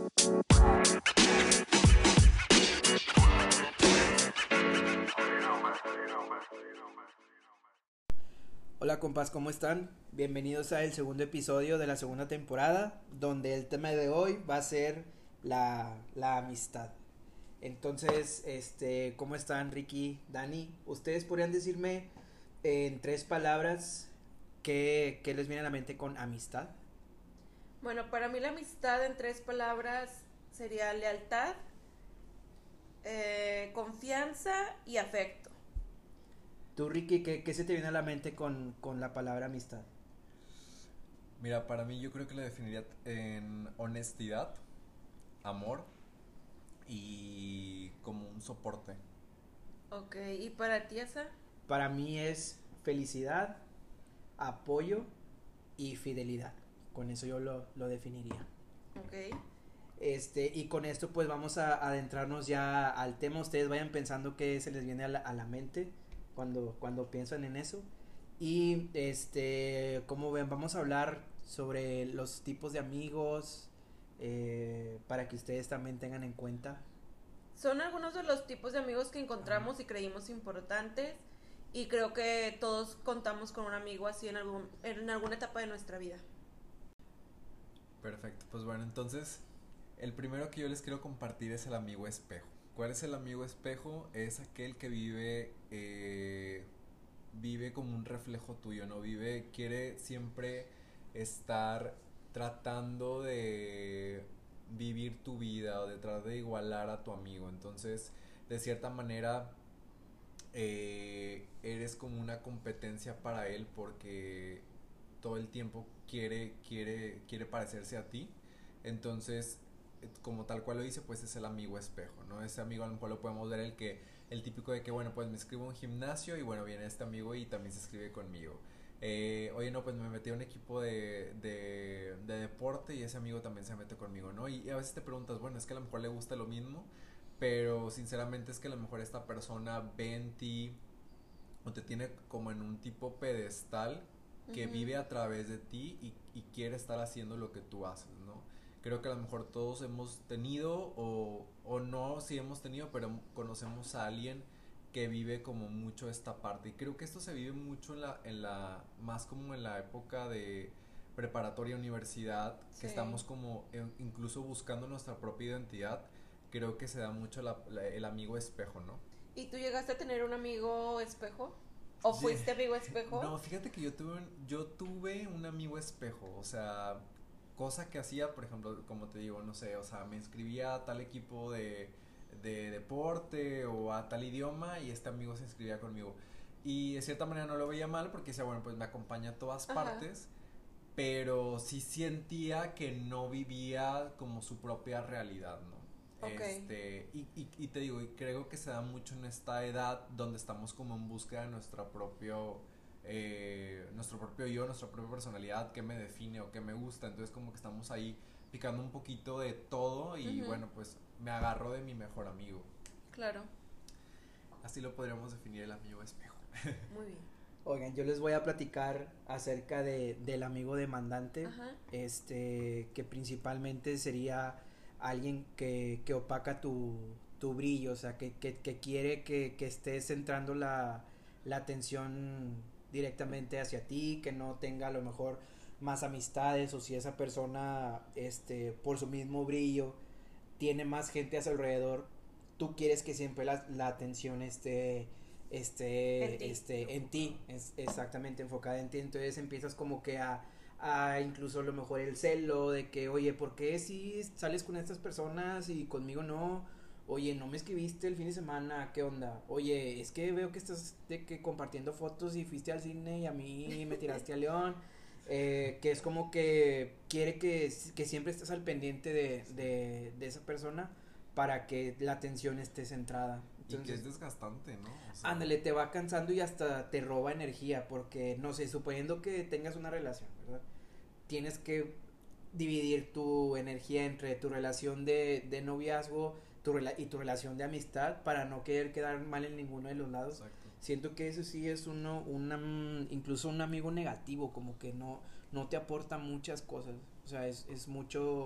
Hola compas, ¿cómo están? Bienvenidos al segundo episodio de la segunda temporada, donde el tema de hoy va a ser la amistad. Entonces, ¿cómo están Ricky, Dani? ¿Ustedes podrían decirme en 3 palabras qué les viene a la mente con amistad? Bueno, para mí la amistad en 3 palabras sería lealtad, confianza y afecto. Tú Ricky, ¿qué se te viene a la mente con la palabra amistad? Mira, para mí yo creo que lo definiría en honestidad, amor y como un soporte. Ok, ¿y para ti esa? Para mí es felicidad, apoyo y fidelidad. Con eso yo lo definiría. Ok. Y con esto pues vamos a adentrarnos ya al tema. Ustedes vayan pensando qué se les viene a la mente cuando piensan en eso. Y como ven, vamos a hablar sobre los tipos de amigos, para que ustedes también tengan en cuenta. Son algunos de los tipos de amigos que encontramos y creímos importantes, y creo que todos contamos con un amigo así en alguna etapa de nuestra vida. Perfecto, pues bueno, entonces el primero que yo les quiero compartir es el amigo espejo. ¿Cuál es el amigo espejo? Es aquel que vive como un reflejo tuyo, ¿no? Quiere siempre estar tratando de vivir tu vida o de tratar de igualar a tu amigo. Entonces, de cierta manera, eres como una competencia para él porque todo el tiempo quiere parecerse a ti. Entonces, como tal cual lo dice, pues es el amigo espejo, ¿no? Ese amigo a lo cual lo podemos ver el típico de que, bueno, pues me inscribo a un gimnasio y bueno, viene este amigo y también se inscribe conmigo. Oye, no, pues me metí a un equipo de deporte y ese amigo también se mete conmigo, ¿no? Y a veces te preguntas, bueno, es que a lo mejor le gusta lo mismo, pero sinceramente es que a lo mejor esta persona ve en ti o te tiene como en un tipo pedestal que Ujú. vive a través de ti y quiere estar haciendo lo que tú haces, ¿no? Creo que a lo mejor todos hemos tenido o no, si hemos tenido, pero conocemos a alguien que vive como mucho esta parte. Y creo que esto se vive mucho más como en la época de preparatoria, universidad, que Sí. estamos como incluso buscando nuestra propia identidad. Creo que se da mucho el amigo espejo, ¿no? ¿Y tú llegaste a tener un amigo espejo? ¿O Sí. fuiste amigo espejo? No, fíjate que yo tuve un amigo espejo, o sea, cosa que hacía, por ejemplo, como te digo, no sé, o sea, me inscribía a tal equipo de deporte o a tal idioma y este amigo se inscribía conmigo. Y de cierta manera no lo veía mal porque decía, bueno, pues me acompaña a todas Ajá. partes, pero sí sentía que no vivía como su propia realidad, ¿no? Ok. Y te digo, y creo que se da mucho en esta edad donde estamos como en búsqueda de nuestro propio yo, nuestra propia personalidad, qué me define o qué me gusta. Entonces como que estamos ahí picando un poquito de todo y Ujú. bueno, pues me agarro de mi mejor amigo. Claro. Así lo podríamos definir el amigo espejo. Muy bien. Oigan, yo les voy a platicar acerca del amigo demandante, Ajá. que principalmente sería alguien que opaca tu brillo, o sea, que quiere que estés centrando la atención directamente hacia ti, que no tenga a lo mejor más amistades, o si esa persona, por su mismo brillo, tiene más gente a su alrededor, tú quieres que siempre la atención En ti. en ti, exactamente enfocada en ti. Entonces empiezas como que a incluso a lo mejor el celo de que, oye, ¿por qué si sales con estas personas y conmigo no? Oye, no me escribiste el fin de semana, ¿qué onda? Oye, es que veo que estás de que compartiendo fotos y fuiste al cine y a mí me tiraste a León. Que es como que quiere que siempre estés al pendiente de esa persona para que la atención esté centrada. Y que es Entonces, desgastante, ¿no? O sea, ándale, te va cansando y hasta te roba energía, porque no sé, suponiendo que tengas una relación, ¿verdad? Tienes que dividir tu energía entre tu relación de noviazgo y tu relación de amistad para no querer quedar mal en ninguno de los lados. exacto. Siento que eso sí es incluso un amigo negativo, como que no te aporta muchas cosas. O sea, es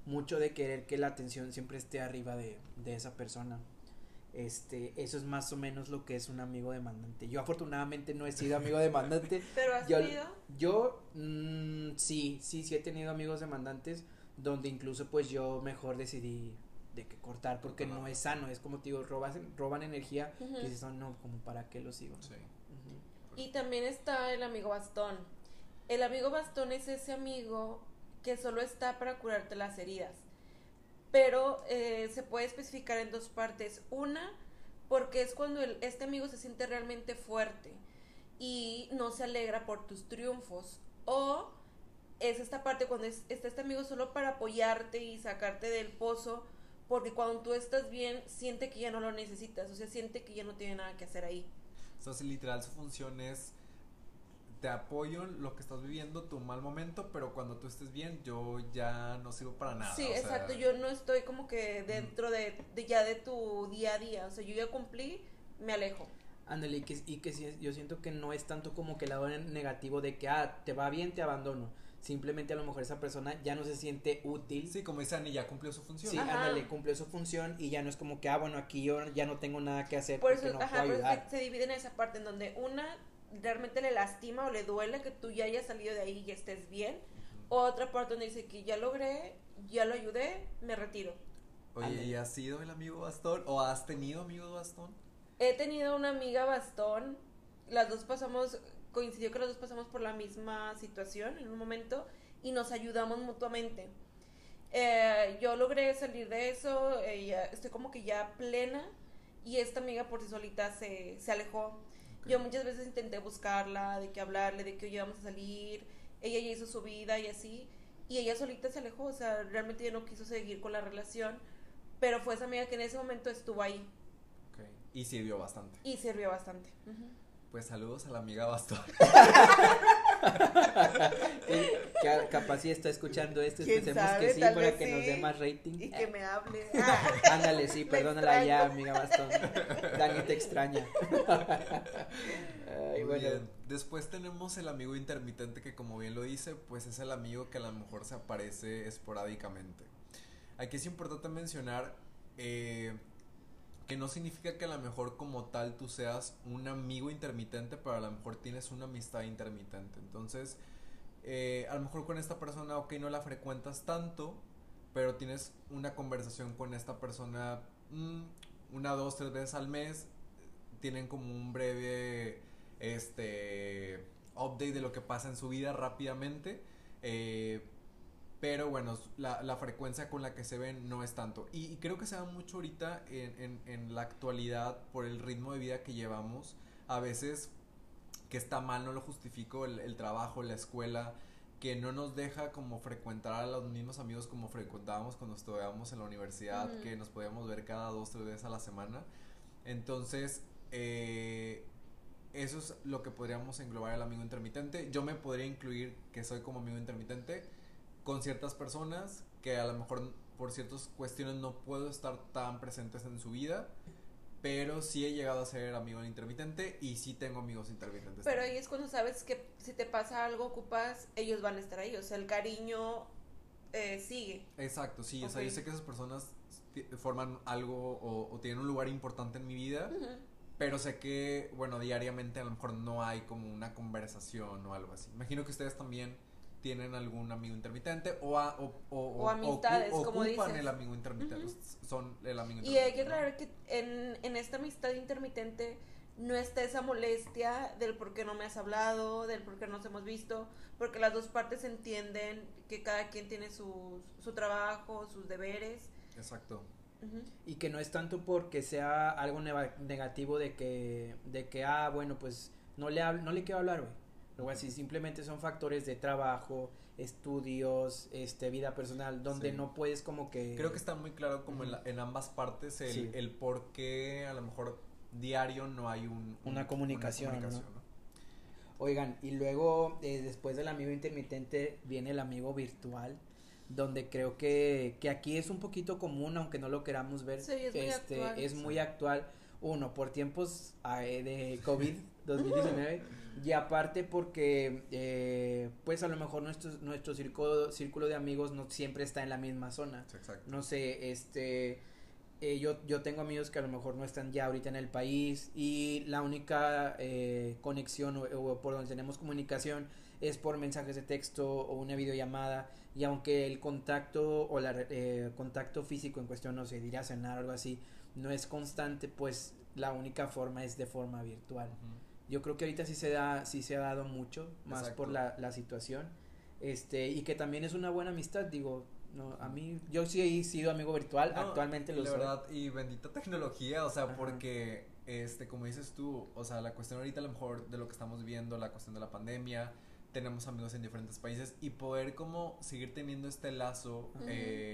mucho de querer que la atención siempre esté arriba de esa persona. Eso es más o menos lo que es un amigo demandante. Yo afortunadamente no he sido amigo demandante. ¿Pero has yo, tenido? Yo sí he tenido amigos demandantes donde incluso pues yo mejor decidí de que cortar porque no es sano, es como te digo, roban energía Ujú. y dices, no, como para qué lo sigo. Sí. Ujú. Y también está el amigo bastón. El amigo bastón es ese amigo que solo está para curarte las heridas. Pero se puede especificar en dos partes. Una, porque es cuando este amigo se siente realmente fuerte y no se alegra por tus triunfos. O es esta parte cuando está este amigo solo para apoyarte y sacarte del pozo, porque cuando tú estás bien, siente que ya no lo necesitas, o sea, siente que ya no tiene nada que hacer ahí. O sea, si literal su función es, te apoyo en lo que estás viviendo, tu mal momento, pero cuando tú estés bien, yo ya no sirvo para nada. Sí, o sea, exacto, yo no estoy como que dentro de ya de tu día a día, o sea, yo ya cumplí, me alejo. Ándale, y que sí, yo siento que no es tanto como que el lado negativo de que, te va bien, te abandono. Simplemente a lo mejor esa persona ya no se siente útil. Sí, como dice Ani, ya cumplió su función. Sí, Ajá. ándale, cumplió su función y ya no es como que, bueno, aquí yo ya no tengo nada que hacer Por porque eso, no puedo por eso ayudar. se divide en esa parte en donde una realmente le lastima o le duele que tú ya hayas salido de ahí y estés bien. Otra parte donde dice que ya logré, ya lo ayudé, me retiro. Oye, Ándale. ¿y has sido el amigo bastón? ¿O has tenido amigos bastón? He tenido una amiga bastón, coincidió que las dos pasamos por la misma situación en un momento y nos ayudamos mutuamente. Yo logré salir de eso, estoy como que ya plena y esta amiga por sí solita se alejó. Okay. Yo muchas veces intenté buscarla, de que hablarle, de que hoy vamos a salir, ella ya hizo su vida y así, y ella solita se alejó, o sea, realmente ya no quiso seguir con la relación, pero fue esa amiga que en ese momento estuvo ahí. Okay. Y sirvió bastante. Y sirvió bastante. Uh-huh. Pues saludos a la amiga bastón. Que capaz si está escuchando esto, ¿Quién esperemos sabe? que sí, Tal para vez que nos sí. dé más rating. Y que me hable. Ándale, sí, Me perdónala ya, extraño. amiga Bastón. Dani te extraña. Ay, Muy bueno. bien. Después tenemos el amigo intermitente que, como bien lo dice, pues es el amigo que a lo mejor se aparece esporádicamente. Aquí es importante mencionar que no significa que a lo mejor como tal tú seas un amigo intermitente, pero a lo mejor tienes una amistad intermitente. Entonces, a lo mejor con esta persona, ok, no la frecuentas tanto, pero tienes una conversación con esta persona 1, 2, 3 veces al mes, tienen como un breve update de lo que pasa en su vida rápidamente, pero bueno, la frecuencia con la que se ven no es tanto. Y creo que se da mucho ahorita en la actualidad por el ritmo de vida que llevamos. A veces, que está mal, no lo justifico, el trabajo, la escuela, que no nos deja como frecuentar a los mismos amigos como frecuentábamos cuando estudiábamos en la universidad, Uh-huh. que nos podíamos ver cada 2, 3 veces a la semana. Entonces, eso es lo que podríamos englobar el amigo intermitente. Yo me podría incluir que soy como amigo intermitente con ciertas personas que a lo mejor por ciertas cuestiones no puedo estar tan presentes en su vida, pero sí he llegado a ser amigo intermitente y sí tengo amigos intermitentes. Pero también. ahí es cuando sabes que si te pasa algo, ocupas, ellos van a estar ahí, o sea, el cariño sigue. Exacto, sí, Okay. o sea, yo sé que esas personas forman algo o tienen un lugar importante en mi vida, Uh-huh. pero sé que, bueno, diariamente a lo mejor no hay como una conversación o algo así. Imagino que ustedes también tienen algún amigo intermitente o amistades, como ocupan dices. el amigo intermitente, Uh-huh. son el amigo Y intermitente. hay que aclarar que en esta amistad intermitente no está esa molestia del por qué no me has hablado, del por qué no nos hemos visto, porque las dos partes entienden que cada quien tiene su trabajo, sus deberes. Exacto. Uh-huh. Y que no es tanto porque sea algo negativo de que bueno, pues no le quiero hablar, güey. Luego así, simplemente son factores de trabajo, estudios, vida personal, donde Sí. no puedes como que... Creo que está muy claro como Ujú. en ambas partes Sí. el por qué a lo mejor diario no hay Una comunicación, ¿no? ¿no? Oigan, y luego después del amigo intermitente viene el amigo virtual, donde creo que aquí es un poquito común, aunque no lo queramos ver. Sí, es muy actual. Es muy actual. Uno, por tiempos de COVID-19 y aparte porque pues a lo mejor nuestro círculo de amigos no siempre está en la misma zona. Exacto. No sé, yo tengo amigos que a lo mejor no están ya ahorita en el país y la única conexión o por donde tenemos comunicación es por mensajes de texto o una videollamada, y aunque el contacto o el contacto físico en cuestión, no sé, ir a cenar o algo así, no es constante, pues la única forma es de forma virtual. Yo creo que ahorita sí se ha dado mucho, más Exacto. por la situación, y que también es una buena amistad, digo, no, a mí, yo sí he sido amigo virtual, No, actualmente lo la soy. verdad, y bendita tecnología, o sea, Ajá. porque, como dices tú, o sea, la cuestión ahorita a lo mejor de lo que estamos viendo, la cuestión de la pandemia, tenemos amigos en diferentes países y poder como seguir teniendo este lazo Ujú.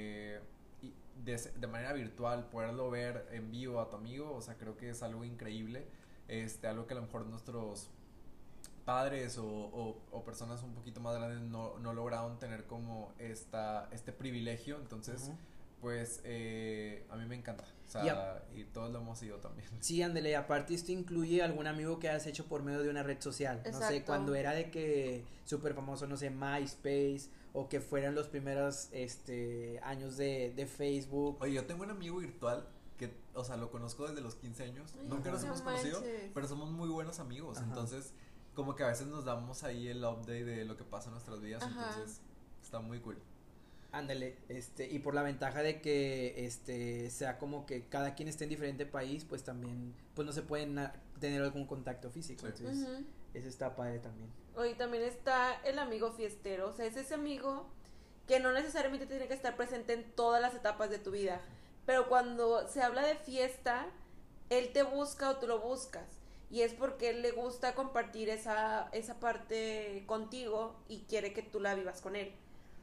y de manera virtual, poderlo ver en vivo a tu amigo, o sea, creo que es algo increíble, algo que a lo mejor nuestros padres o personas un poquito más grandes no lograron tener como este privilegio, entonces Ujú. pues a mí me encanta, o sea, y todos lo hemos ido también. Sí, ándale, aparte esto incluye algún amigo que has hecho por medio de una red social, no sé, Exacto. cuando era de que súper famoso, no sé, MySpace, o que fueran los primeros años de Facebook. Oye, yo tengo un amigo virtual que, o sea, lo conozco desde los 15 años, Ay, nunca nos no hemos conocido, manches. pero somos muy buenos amigos, Ajá. entonces como que a veces nos damos ahí el update de lo que pasa en nuestras vidas, Ajá. entonces está muy cool. Ándale, y por la ventaja de que sea como que cada quien esté en diferente país, pues también pues no se pueden tener algún contacto físico, Sí. entonces Ujú. eso está padre también. Hoy también está el amigo fiestero, o sea, es ese amigo que no necesariamente tiene que estar presente en todas las etapas de tu vida, pero cuando se habla de fiesta, él te busca o tú lo buscas, y es porque él le gusta compartir esa parte contigo y quiere que tú la vivas con él.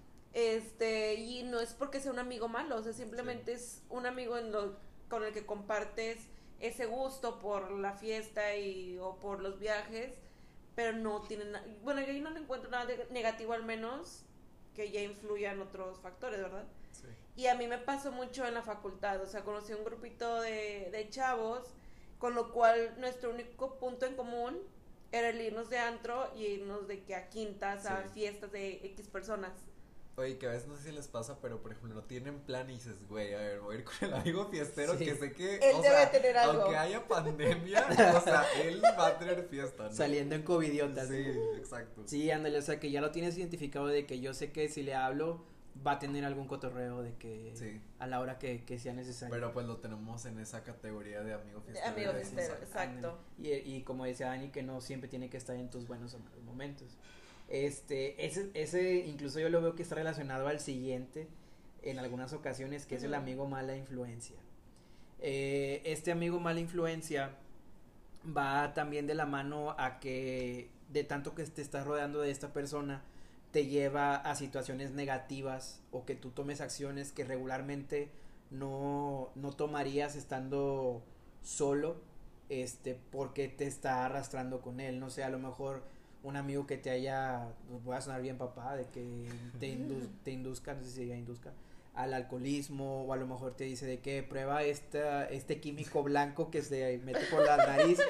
Y no es porque sea un amigo malo, o sea, simplemente es un amigo con el que compartes ese gusto por la fiesta o por los viajes, pero no tienen, bueno, yo ahí no le encuentro nada negativo, al menos que ya influyan otros factores, ¿verdad? Sí. Y a mí me pasó mucho en la facultad, o sea, conocí un grupito de chavos, con lo cual nuestro único punto en común era el irnos de antro y irnos de que a quintas, a Sí. fiestas de X personas. Oye, que a veces no sé si les pasa, pero por ejemplo no tienen plan y dices, güey, a ver, voy a ir con el amigo fiestero Sí. que sé que, Él o debe sea, tener algo. aunque haya pandemia, o sea, él va a tener fiesta, ¿no? Saliendo en covidiotas. Sí, exacto. Sí, ándale, o sea que ya lo tienes identificado de que yo sé que si le hablo va a tener algún cotorreo de que Sí. a la hora que sea necesario. Pero pues lo tenemos en esa categoría de amigo fiestero. Amigo de fiestero, esa- exacto. Y como decía Dani, que no siempre tiene que estar en tus buenos o malos momentos. Ese incluso yo lo veo que está relacionado al siguiente en algunas ocasiones, que es el Ujú. amigo mala influencia. Este amigo mala influencia va también de la mano a que de tanto que te estás rodeando de esta persona te lleva a situaciones negativas o que tú tomes acciones que regularmente no tomarías estando solo, porque te está arrastrando con él. No sé, a lo mejor un amigo que te haya, pues voy a sonar bien papá, de que te induzca, no sé si se diga induzca, al alcoholismo, o a lo mejor te dice de que prueba este químico blanco que se mete por la nariz,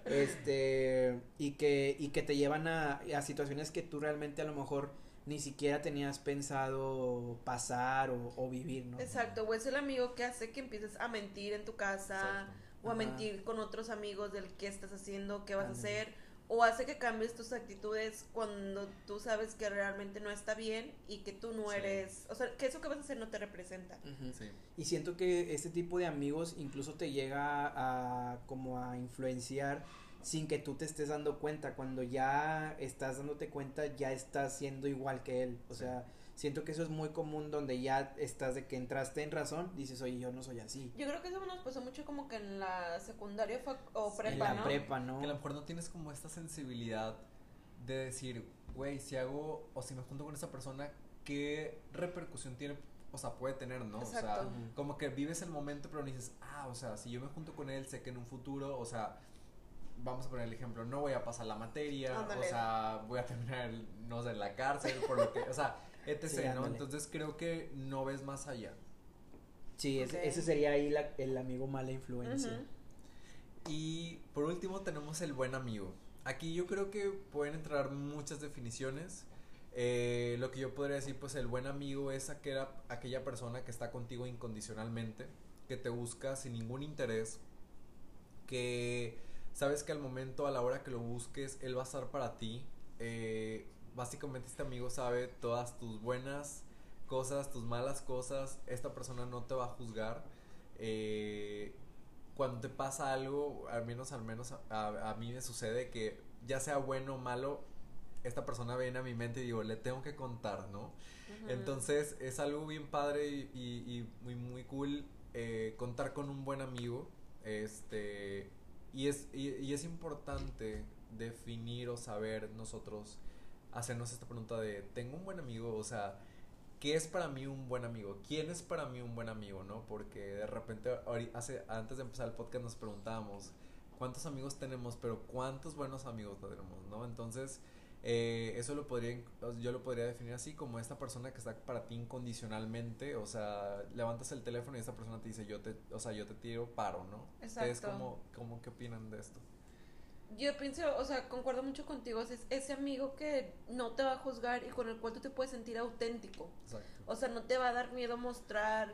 y que te llevan a situaciones que tú realmente a lo mejor ni siquiera tenías pensado pasar o vivir, ¿no? Exacto, o es el amigo que hace que empieces a mentir en tu casa, Exacto. o a Ajá. mentir con otros amigos del qué estás haciendo, qué vas a Ándale. hacer, o hace que cambies tus actitudes cuando tú sabes que realmente no está bien y que tú no Sí. eres, o sea, que eso que vas a hacer no te representa. Ujú. Sí. Y siento que este tipo de amigos incluso te llega a como a influenciar sin que tú te estés dando cuenta. Cuando ya estás dándote cuenta, ya estás siendo igual que él. O sea, siento que eso es muy común, donde ya estás de que entraste en razón, dices, oye, yo no soy así. Yo creo que eso nos pasó mucho como que en la secundaria o En prepa, la ¿no? prepa, ¿no? Que a lo mejor no tienes como esta sensibilidad de decir, güey, si hago o si me junto con esa persona, ¿qué repercusión tiene? O sea, puede tener, ¿no? O sea, Exacto. Ujú. como que vives el momento, pero dices, o sea, si yo me junto con él, sé que en un futuro, o sea, vamos a poner el ejemplo, no voy a pasar la materia, Ándale. o sea, voy a terminar, no sé, en la cárcel, por lo que, o sea, etc., Sí, ¿no? ándale. Entonces creo que no ves más allá. Sí, Ok. ese sería ahí el amigo mala influencia. Ujú. Y por último tenemos el buen amigo. Aquí yo creo que pueden entrar muchas definiciones. Lo que yo podría decir, pues el buen amigo es aquella persona que está contigo incondicionalmente, que te busca sin ningún interés, que sabes que al momento, a la hora que lo busques, él va a estar para ti. Básicamente este amigo sabe todas tus buenas cosas, tus malas cosas. Esta persona no te va a juzgar. Cuando te pasa algo, al menos a mí me sucede que ya sea bueno o malo, esta persona viene a mi mente y digo, le tengo que contar, ¿no? Uh-huh. Entonces es algo bien padre y muy, muy cool contar con un buen amigo. Y es importante definir o saber nosotros, hacernos esta pregunta de, ¿tengo un buen amigo? O sea, ¿qué es para mí un buen amigo? ¿Quién es para mí un buen amigo, no? Porque de repente, antes de empezar el podcast nos preguntábamos, ¿cuántos amigos tenemos? Pero ¿cuántos buenos amigos tenemos, no? Entonces, yo lo podría definir así, como esta persona que está para ti incondicionalmente. O sea, levantas el teléfono y esta persona te dice, yo te tiro paro, ¿no? Exacto. ¿Ustedes cómo qué opinan de esto? Yo pienso, o sea, concuerdo mucho contigo, es ese amigo que no te va a juzgar y con el cual tú te puedes sentir auténtico. Exacto. O sea, no te va a dar miedo mostrar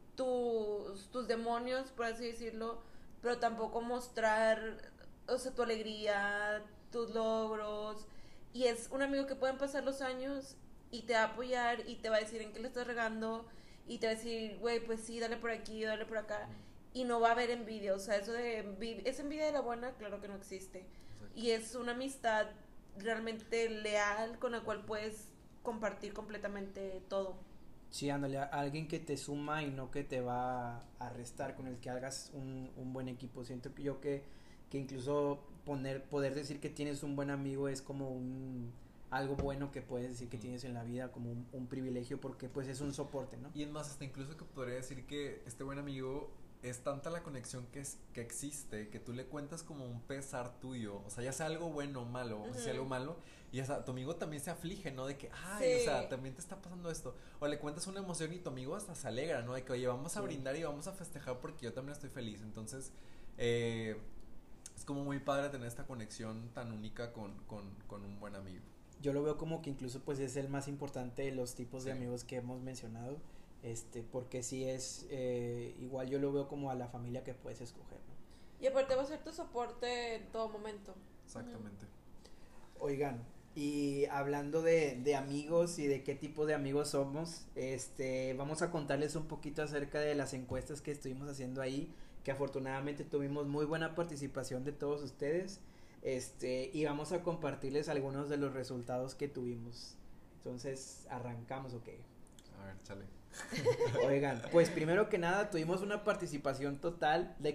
tus demonios, por así decirlo, pero tampoco mostrar, o sea, tu alegría, tus logros. Y es un amigo que pueden pasar los años y te va a apoyar y te va a decir en qué le estás regando y te va a decir, güey, pues sí, dale por aquí, dale por acá. Y no va a haber envidia, o sea, eso de esa envidia de la buena, claro que no existe. Exacto. Y es una amistad realmente leal con la cual puedes compartir completamente todo. Sí, ándale, alguien que te suma y no que te va a restar, con el que hagas un buen equipo. Siento que incluso poder decir que tienes un buen amigo es como algo bueno que puedes decir que tienes en la vida, como un privilegio, porque pues es un soporte, ¿no? Y es más, hasta incluso que podría decir que este buen amigo es tanta la conexión que existe, que tú le cuentas como un pesar tuyo, o sea, ya sea algo bueno o malo, uh-huh. O sea algo malo, y hasta tu amigo también se aflige, ¿no? De que, ay, sí. O sea, también te está pasando esto, o le cuentas una emoción y tu amigo hasta se alegra, ¿no? De que, oye, vamos a brindar y vamos a festejar porque yo también estoy feliz. Entonces, es como muy padre tener esta conexión tan única con un buen amigo. Yo lo veo como que incluso pues es el más importante de los tipos de amigos que hemos mencionado. Porque sí es igual yo lo veo como a la familia que puedes escoger, ¿no? Y aparte va a ser tu soporte en todo momento. Exactamente. Oigan, y hablando de amigos y de qué tipo de amigos somos, vamos a contarles un poquito acerca de las encuestas que estuvimos haciendo ahí, que afortunadamente tuvimos muy buena participación de todos ustedes, y vamos a compartirles algunos de los resultados que tuvimos. Entonces, ¿arrancamos o qué? A ver, chale. Oigan, pues primero que nada tuvimos una participación total de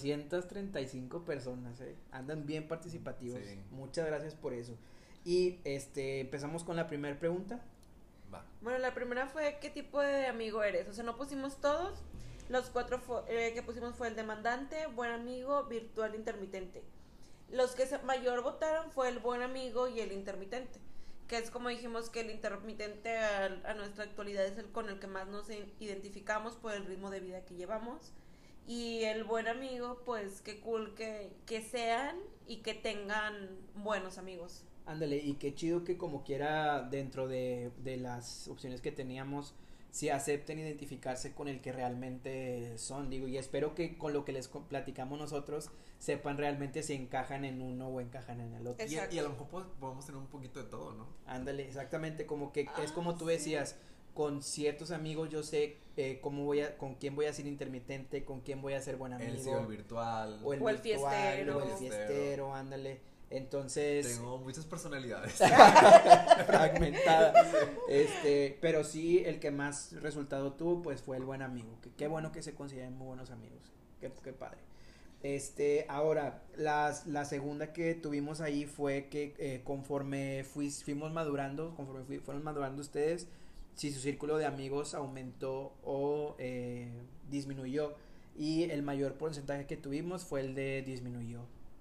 435 personas, andan bien participativos, sí. Muchas gracias por eso. Y empezamos con la primera pregunta. Va. Bueno, la primera fue ¿qué tipo de amigo eres? O sea, no pusimos todos, los 4 que pusimos fue el demandante, buen amigo, virtual, intermitente. Los que mayor votaron fue el buen amigo y el intermitente, que es como dijimos que el intermitente a nuestra actualidad es el con el que más nos identificamos por el ritmo de vida que llevamos, y el buen amigo, pues qué cool que sean y que tengan buenos amigos. Ándale, y qué chido que como quiera dentro de las opciones que teníamos, si acepten identificarse con el que realmente son, digo, y espero que con lo que les platicamos nosotros sepan realmente si encajan en uno o encajan en el otro. Y a lo mejor podemos tener un poquito de todo, ¿no? Ándale, exactamente, como que es como tú decías, con ciertos amigos yo sé con quién voy a ser intermitente, con quién voy a ser buen amigo. El virtual. O el fiestero. O el fiestero, ándale. Entonces tengo muchas personalidades fragmentadas, pero sí el que más resultado tuvo pues fue el buen amigo, qué bueno que se consideren muy buenos amigos, qué padre. Ahora la segunda que tuvimos ahí fue que conforme fuimos madurando, fueron madurando ustedes, si su círculo de amigos aumentó o disminuyó, y el mayor porcentaje que tuvimos fue el de disminuyó.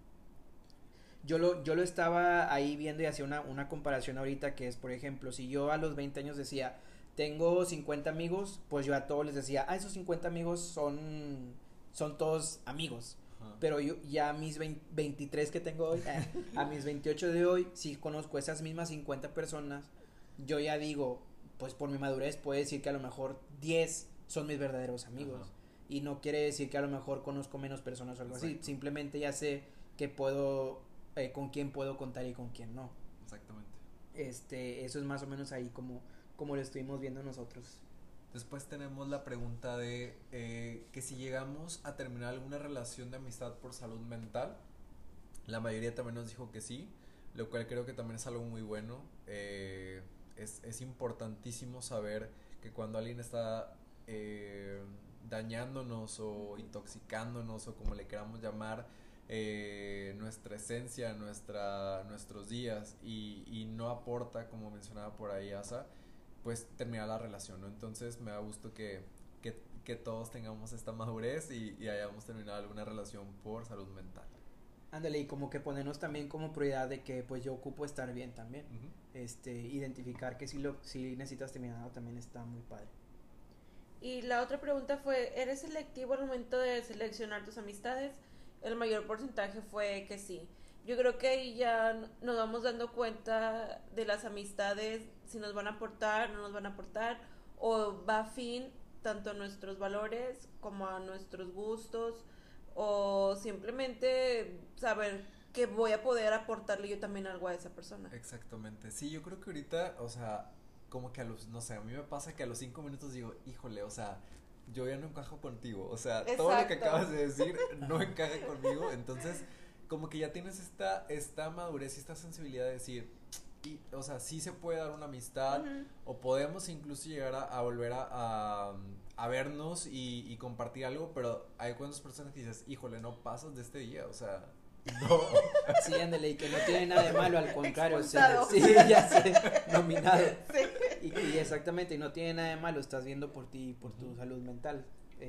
Yo lo estaba ahí viendo y hacía una comparación ahorita, que es, por ejemplo, si yo a los 20 años decía, tengo 50 amigos, pues yo a todos les decía, esos 50 amigos son todos amigos. pero yo ya a mis 23 que tengo hoy, a mis 28 de hoy, si conozco esas mismas 50 personas, yo ya digo, pues por mi madurez puedo decir que a lo mejor 10 son mis verdaderos amigos. Ajá. Y no quiere decir que a lo mejor conozco menos personas o algo así, simplemente ya sé que puedo, con quién puedo contar y con quién no. Exactamente. Eso es más o menos ahí como lo estuvimos viendo nosotros. Después tenemos la pregunta de que si llegamos a terminar alguna relación de amistad por salud mental. La mayoría también nos dijo que sí, lo cual creo que también es algo muy bueno. Es importantísimo saber que cuando alguien está dañándonos o intoxicándonos o como le queramos llamar, nuestra esencia, nuestros días y no aporta, como mencionaba por ahí Asa, pues terminar la relación, ¿no? Entonces me da gusto que todos tengamos esta madurez y hayamos terminado alguna relación por salud mental. Ándale, y como que ponernos también como prioridad de que pues yo ocupo estar bien también. Identificar que si necesitas terminarlo también está muy padre. Y la otra pregunta fue, ¿eres selectivo al momento de seleccionar tus amistades? El mayor porcentaje fue que sí. Yo creo que ahí ya nos vamos dando cuenta de las amistades, si nos van a aportar, no nos van a aportar, o va afín tanto a nuestros valores como a nuestros gustos, o simplemente saber que voy a poder aportarle yo también algo a esa persona. Exactamente, sí, yo creo que ahorita, o sea, como que no sé, a mí me pasa que a los 5 minutos digo, híjole, o sea, yo ya no encajo contigo, o sea, exacto, todo lo que acabas de decir no encaja conmigo, entonces como que ya tienes esta madurez y esta sensibilidad de decir, o sea, sí se puede dar una amistad, o podemos incluso llegar a volver a vernos y compartir algo, pero hay cuantas personas que dices, híjole, no pasas de este día, o sea, no. Sí, ándale, y que no tiene nada de malo, al contrario, sí, ya sé, nominado. Sí. Y exactamente, y no tiene nada de malo, estás viendo por ti y por tu salud mental.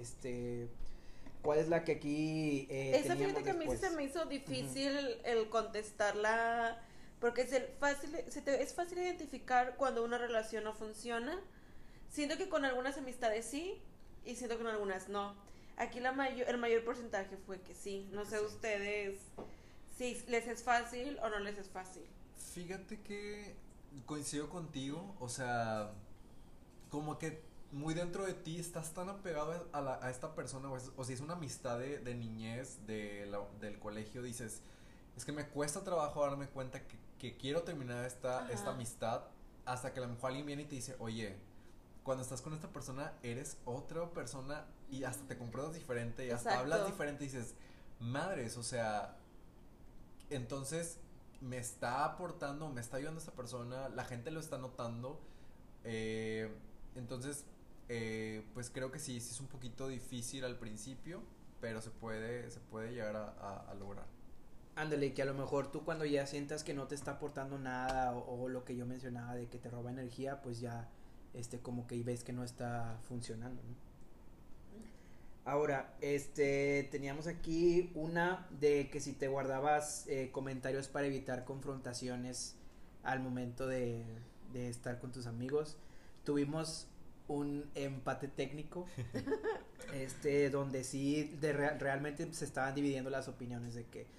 ¿Cuál es la que aquí esa fíjate que a mí se me hizo difícil el contestarla, porque es fácil identificar cuando una relación no funciona. Siento que con algunas amistades sí, y siento que con algunas no. Aquí el mayor porcentaje fue que sí. No sé ustedes si les es fácil o no les es fácil. Fíjate que coincido contigo, o sea, como que muy dentro de ti estás tan apegado a esta persona, o si es una amistad de niñez, del colegio, dices, es que me cuesta trabajo darme cuenta que quiero terminar esta amistad, hasta que a lo mejor alguien viene y te dice, oye, cuando estás con esta persona eres otra persona y hasta te comportas diferente y hasta hablas diferente y dices, madres, o sea, entonces me está aportando, me está ayudando esta persona, la gente lo está notando, entonces pues creo que sí es un poquito difícil al principio, pero se puede llegar a lograr. Ándale, que a lo mejor tú cuando ya sientas que no te está aportando nada o lo que yo mencionaba de que te roba energía, pues ya como que ves que no está funcionando, ¿no? Ahora, teníamos aquí una de que si te guardabas comentarios para evitar confrontaciones al momento de estar con tus amigos. Tuvimos un empate técnico, donde sí realmente se estaban dividiendo las opiniones de que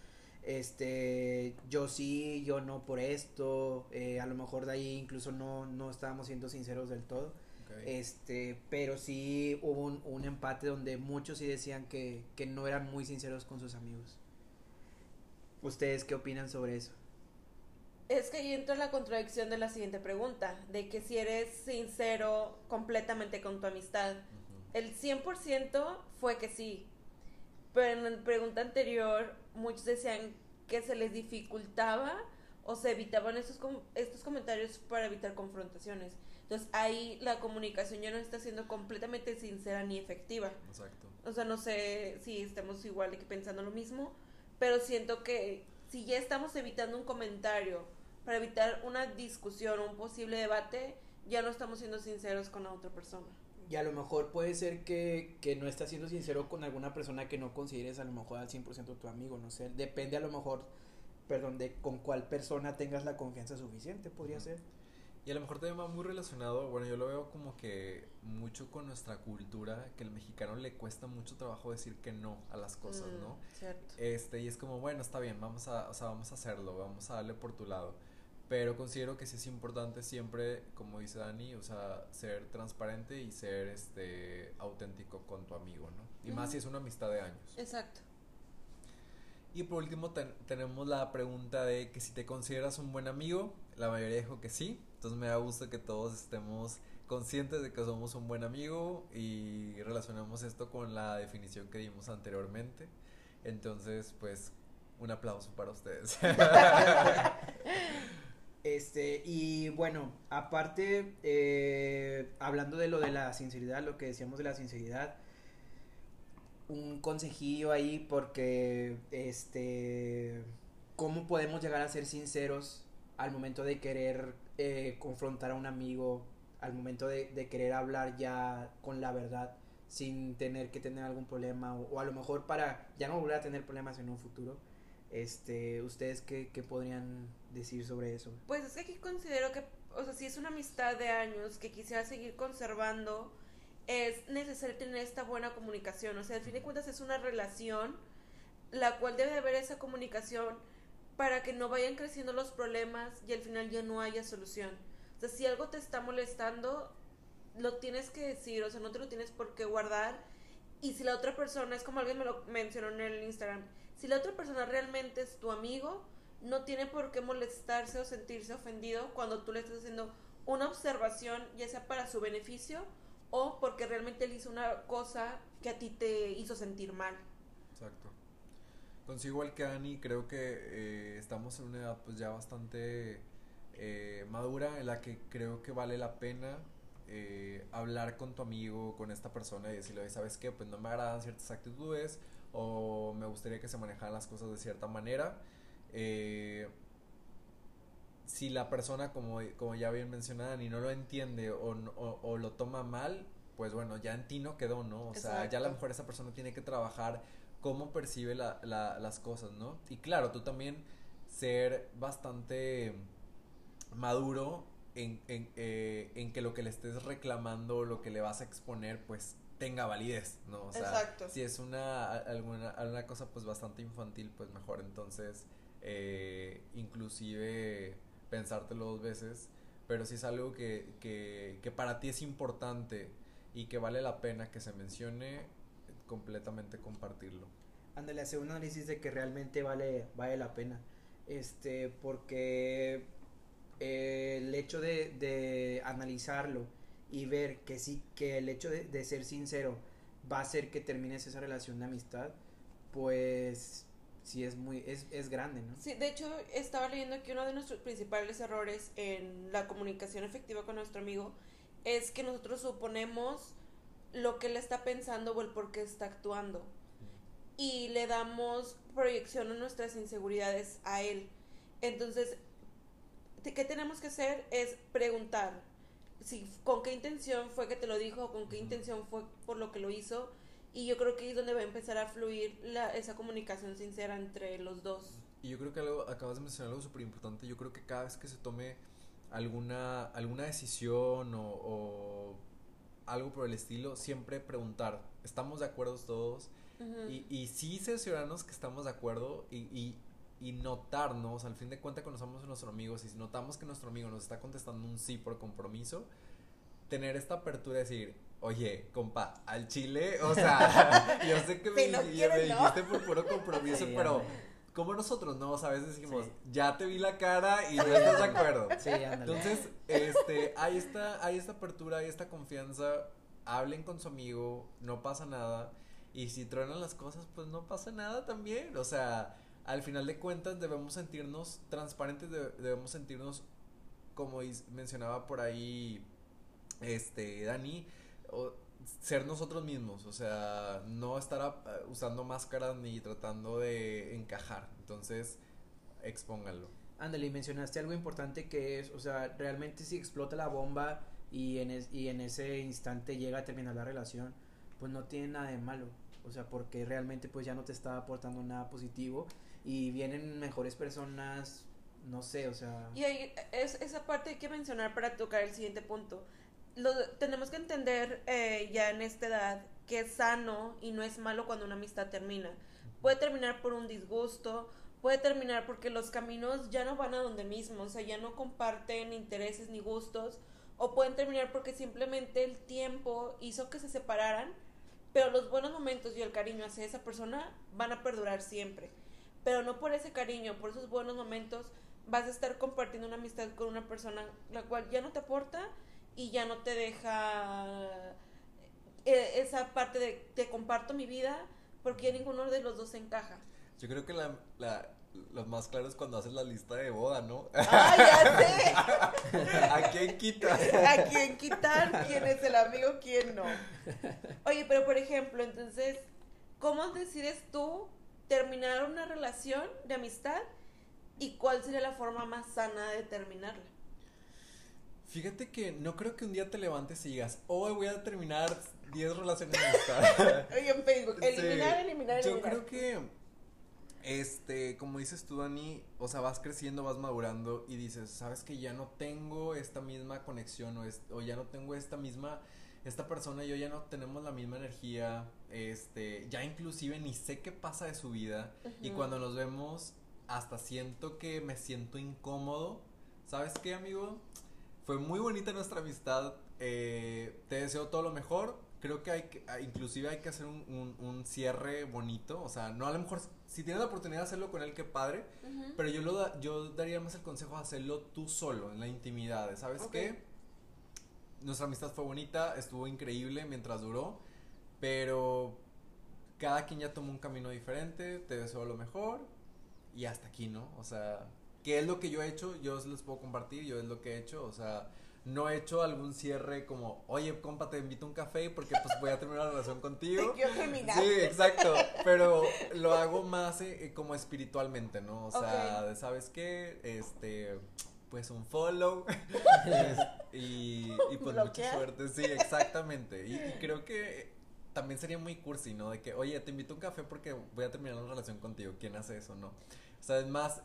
yo sí, yo no por esto, a lo mejor de ahí incluso no estábamos siendo sinceros del todo. Okay. Pero sí hubo un empate donde muchos sí decían que no eran muy sinceros con sus amigos. ¿Ustedes qué opinan sobre eso? Es que ahí entra la contradicción de la siguiente pregunta, de que si eres sincero completamente con tu amistad. El 100% fue que sí, pero en la pregunta anterior muchos decían que se les dificultaba o se evitaban estos comentarios para evitar confrontaciones. Entonces ahí la comunicación ya no está siendo completamente sincera ni efectiva. Exacto. O sea, no sé si estamos igual de que pensando lo mismo, pero siento que si ya estamos evitando un comentario para evitar una discusión o un posible debate, ya no estamos siendo sinceros con la otra persona. Y a lo mejor puede ser que no estás siendo sincero con alguna persona que no consideres a lo mejor al 100% tu amigo, no sé, depende a lo mejor, de con cuál persona tengas la confianza suficiente, podría ser. Y a lo mejor también va muy relacionado, bueno, yo lo veo como que mucho con nuestra cultura, que al mexicano le cuesta mucho trabajo decir que no a las cosas, ¿no? Cierto. Y es como, bueno, está bien, vamos a hacerlo, vamos a darle por tu lado. Pero considero que sí es importante siempre, como dice Dani, o sea, ser transparente y ser auténtico con tu amigo, ¿no? Y más si es una amistad de años. Exacto. Y por último tenemos la pregunta de que si te consideras un buen amigo. La mayoría dijo que sí. Entonces me da gusto que todos estemos conscientes de que somos un buen amigo y relacionamos esto con la definición que dimos anteriormente. Entonces, pues, un aplauso para ustedes. Y bueno, aparte, hablando de lo de la sinceridad, lo que decíamos de la sinceridad, un consejillo ahí porque, ¿cómo podemos llegar a ser sinceros al momento de querer confrontar a un amigo, al momento de querer hablar ya con la verdad, sin tener que tener algún problema, o a lo mejor para ya no volver a tener problemas en un futuro? ¿Ustedes qué podrían decir sobre eso? Pues es que aquí considero que, o sea, si es una amistad de años que quisiera seguir conservando, es necesario tener esta buena comunicación. O sea, al fin de cuentas es una relación la cual debe haber esa comunicación para que no vayan creciendo los problemas y al final ya no haya solución. O sea, si algo te está molestando, lo tienes que decir, o sea, no te lo tienes por qué guardar. Y si la otra persona, es como alguien me lo mencionó en el Instagram, si la otra persona realmente es tu amigo, no tiene por qué molestarse o sentirse ofendido cuando tú le estás haciendo una observación, ya sea para su beneficio o porque realmente él hizo una cosa que a ti te hizo sentir mal. Exacto. Consigo igual que Dani, creo que estamos en una edad pues ya bastante madura, en la que creo que vale la pena hablar con tu amigo, con esta persona y decirle, ¿sabes qué? Pues no me agradan ciertas actitudes o me gustaría que se manejaran las cosas de cierta manera. Si la persona, como ya bien mencionaban, y no lo entiende o lo toma mal, pues bueno, ya en ti no quedó, ¿no? O sea, ya a lo mejor esa persona tiene que trabajar cómo percibe las cosas, ¿no? Y claro, tú también ser bastante maduro en que lo que le estés reclamando, lo que le vas a exponer, pues tenga validez, ¿no? O sea, exacto. si es alguna cosa pues bastante infantil, pues mejor entonces inclusive pensártelo dos veces, pero si es algo que para ti es importante y que vale la pena que se mencione, completamente compartirlo. Ándale, hacer un análisis de que realmente vale la pena. Porque el hecho de analizarlo y ver que sí, que el hecho de ser sincero va a hacer que termines esa relación de amistad, pues sí es grande, ¿no? Sí, de hecho estaba leyendo que uno de nuestros principales errores en la comunicación efectiva con nuestro amigo es que nosotros suponemos lo que él está pensando o el por qué está actuando y le damos proyección a nuestras inseguridades a él. Entonces, ¿qué tenemos que hacer? Es preguntar si con qué intención fue que te lo dijo, con qué intención fue por lo que lo hizo. Y yo creo que ahí es donde va a empezar a fluir esa comunicación sincera entre los dos. Y yo creo que acabas de mencionar algo súper importante. Yo creo que cada vez que se tome alguna decisión o algo por el estilo, siempre preguntar, ¿estamos de acuerdo todos? Uh-huh. Y sí cerciorarnos que estamos de acuerdo y notarnos, al fin de cuentas conocemos a nuestro amigo, si notamos que nuestro amigo nos está contestando un sí por compromiso, tener esta apertura de decir, oye, compa, al chile, o sea, yo sé que si me dijiste por puro compromiso, sí, pero como nosotros, ¿no? O sea, a veces decimos, sí, ya te vi la cara y no estás de acuerdo. Sí, ándale. Entonces, hay esta apertura, hay esta confianza, hablen con su amigo, no pasa nada, y si truenan las cosas, pues no pasa nada también, o sea, al final de cuentas debemos sentirnos transparentes, debemos sentirnos, como mencionaba por ahí Dani, ser nosotros mismos, o sea, no estar usando máscaras ni tratando de encajar, entonces expónganlo. Ándale, y mencionaste algo importante que es, o sea, realmente si explota la bomba y en ese instante llega a terminar la relación, pues no tiene nada de malo, o sea, porque realmente pues ya no te está aportando nada positivo y vienen mejores personas, no sé, o sea. Y ahí, esa parte hay que mencionar para tocar el siguiente punto. tenemos que entender ya en esta edad que es sano y no es malo cuando una amistad termina. Puede terminar por un disgusto, puede terminar porque los caminos ya no van a donde mismo, o sea, ya no comparten intereses ni gustos, o pueden terminar porque simplemente el tiempo hizo que se separaran, pero los buenos momentos y el cariño hacia esa persona van a perdurar siempre. Pero no por ese cariño, por esos buenos momentos, vas a estar compartiendo una amistad con una persona la cual ya no te aporta y ya no te deja esa parte de te comparto mi vida porque ya ninguno de los dos encaja. Yo creo que lo más claro es cuando haces la lista de boda, ¿no? ¡Ah, ya sé! ¿A quién quitas? ¿A quién quitar? ¿Quién es el amigo? ¿Quién no? Oye, pero por ejemplo, entonces, ¿cómo decides tú terminar una relación de amistad y cuál sería la forma más sana de terminarla? Fíjate que no creo que un día te levantes y digas, hoy voy a terminar 10 relaciones de amistad. Oye, en Facebook, eliminar, Sí. eliminar. Yo creo que, como dices tú, Dani, o sea, vas creciendo, vas madurando y dices, sabes que ya no tengo esta misma conexión o ya no tengo esta persona, yo ya no tenemos la misma energía, ya inclusive ni sé qué pasa de su vida. Y cuando nos vemos, hasta siento que me siento incómodo. ¿Sabes qué, amigo? Fue muy bonita nuestra amistad, te deseo todo lo mejor. Creo que inclusive hay que hacer un cierre bonito, o sea, no, a lo mejor si tienes la oportunidad de hacerlo con él, qué padre, pero yo daría más el consejo de hacerlo tú solo, en la intimidad, ¿sabes qué? Nuestra amistad fue bonita, estuvo increíble mientras duró, pero cada quien ya tomó un camino diferente, te deseo lo mejor y hasta aquí, ¿no? O sea, ¿qué es lo que yo he hecho? Yo les puedo compartir, yo es lo que he hecho, o sea, no he hecho algún cierre como, oye, compa, te invito a un café porque pues voy a terminar la relación contigo. Te quiero terminar. Sí, exacto, pero lo hago más como espiritualmente, ¿no? O sea, ¿sabes qué? Pues un follow y pues mucha suerte, sí, exactamente, y creo que también sería muy cursi, ¿no? De que, oye, te invito a un café porque voy a terminar la relación contigo, ¿quién hace eso, no? O sea, es más,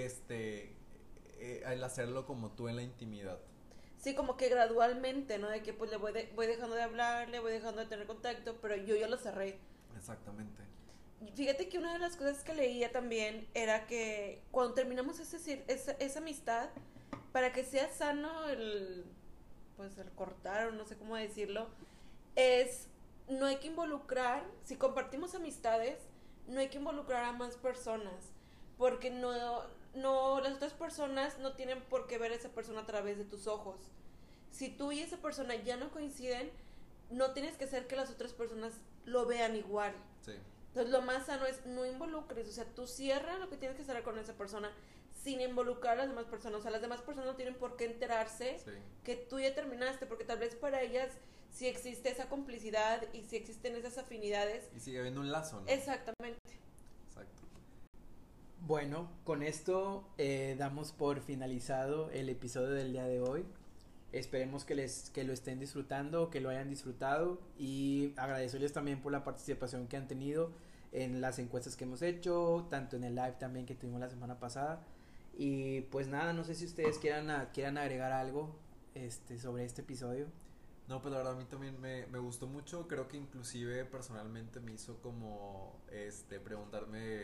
el hacerlo como tú en la intimidad. Sí, como que gradualmente, ¿no? De que pues voy dejando de hablar, le voy dejando de tener contacto, pero yo ya lo cerré. Exactamente. Fíjate que una de las cosas que leía también era que cuando terminamos esa amistad, para que sea sano el cortar o no sé cómo decirlo, no hay que involucrar, si compartimos amistades, no hay que involucrar a más personas, porque las otras personas no tienen por qué ver a esa persona a través de tus ojos. Si tú y esa persona ya no coinciden, no tienes que hacer que las otras personas lo vean igual. Sí. Entonces lo más sano es no involucres, o sea, tú cierra lo que tienes que cerrar con esa persona sin involucrar a las demás personas. O sea, las demás personas no tienen por qué enterarse que tú ya terminaste, porque tal vez para ellas sí existe esa complicidad y sí existen esas afinidades. Y sigue habiendo un lazo, ¿no? Exactamente. Exacto. Bueno, con esto damos por finalizado el episodio del día de hoy. Esperemos que lo estén disfrutando, que lo hayan disfrutado, y agradecerles también por la participación que han tenido en las encuestas que hemos hecho, tanto en el live también que tuvimos la semana pasada. Y pues nada, no sé si ustedes quieran agregar algo sobre este episodio. No, pues la verdad a mí también me gustó mucho. Creo que inclusive personalmente me hizo como preguntarme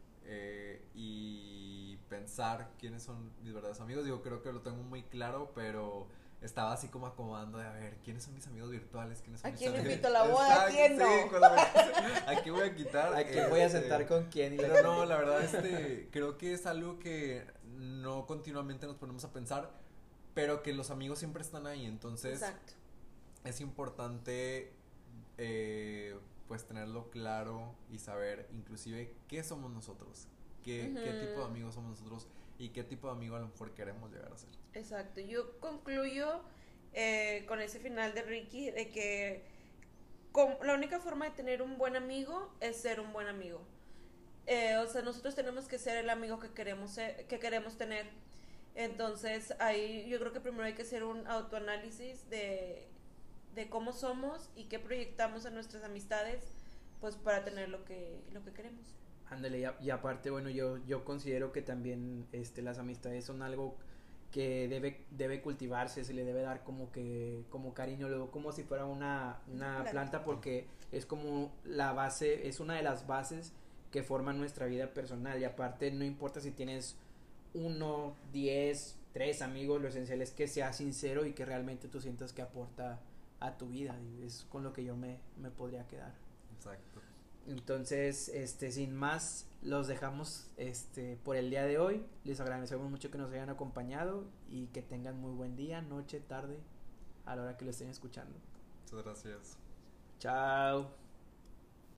y pensar quiénes son mis verdaderos amigos. Digo, creo que lo tengo muy claro, pero estaba así como acomodando de a ver quiénes son mis amigos virtuales, quiénes son ¿A mis quién amigos. invito a la boda? ¿A quién no? Sí, ¿a quién voy a quitar? ¿A quién voy a sentar con quién? Pero no, la verdad creo que es algo que no continuamente nos ponemos a pensar, pero que los amigos siempre están ahí, entonces exacto, es importante pues tenerlo claro y saber inclusive qué somos nosotros, qué tipo de amigos somos nosotros y qué tipo de amigo a lo mejor queremos llegar a ser. Exacto, yo concluyo con ese final de Ricky de que la única forma de tener un buen amigo es ser un buen amigo. O sea, nosotros tenemos que ser el amigo que queremos tener. Entonces, ahí yo creo que primero hay que hacer un autoanálisis de cómo somos y qué proyectamos en nuestras amistades, pues para tener lo que queremos. Ándale, y aparte, bueno, yo considero que también las amistades son algo debe cultivarse, se le debe dar como que como cariño, luego como si fuera una planta, porque es como la base, es una de las bases que forman nuestra vida personal. Y aparte no importa si tienes 1, 10, 3 amigos, lo esencial es que seas sincero y que realmente tú sientas que aporta a tu vida, y es con lo que yo me podría quedar. Exacto. Entonces, sin más, los dejamos por el día de hoy. Les agradecemos mucho que nos hayan acompañado y que tengan muy buen día, noche, tarde, a la hora que lo estén escuchando. Muchas gracias. Chao.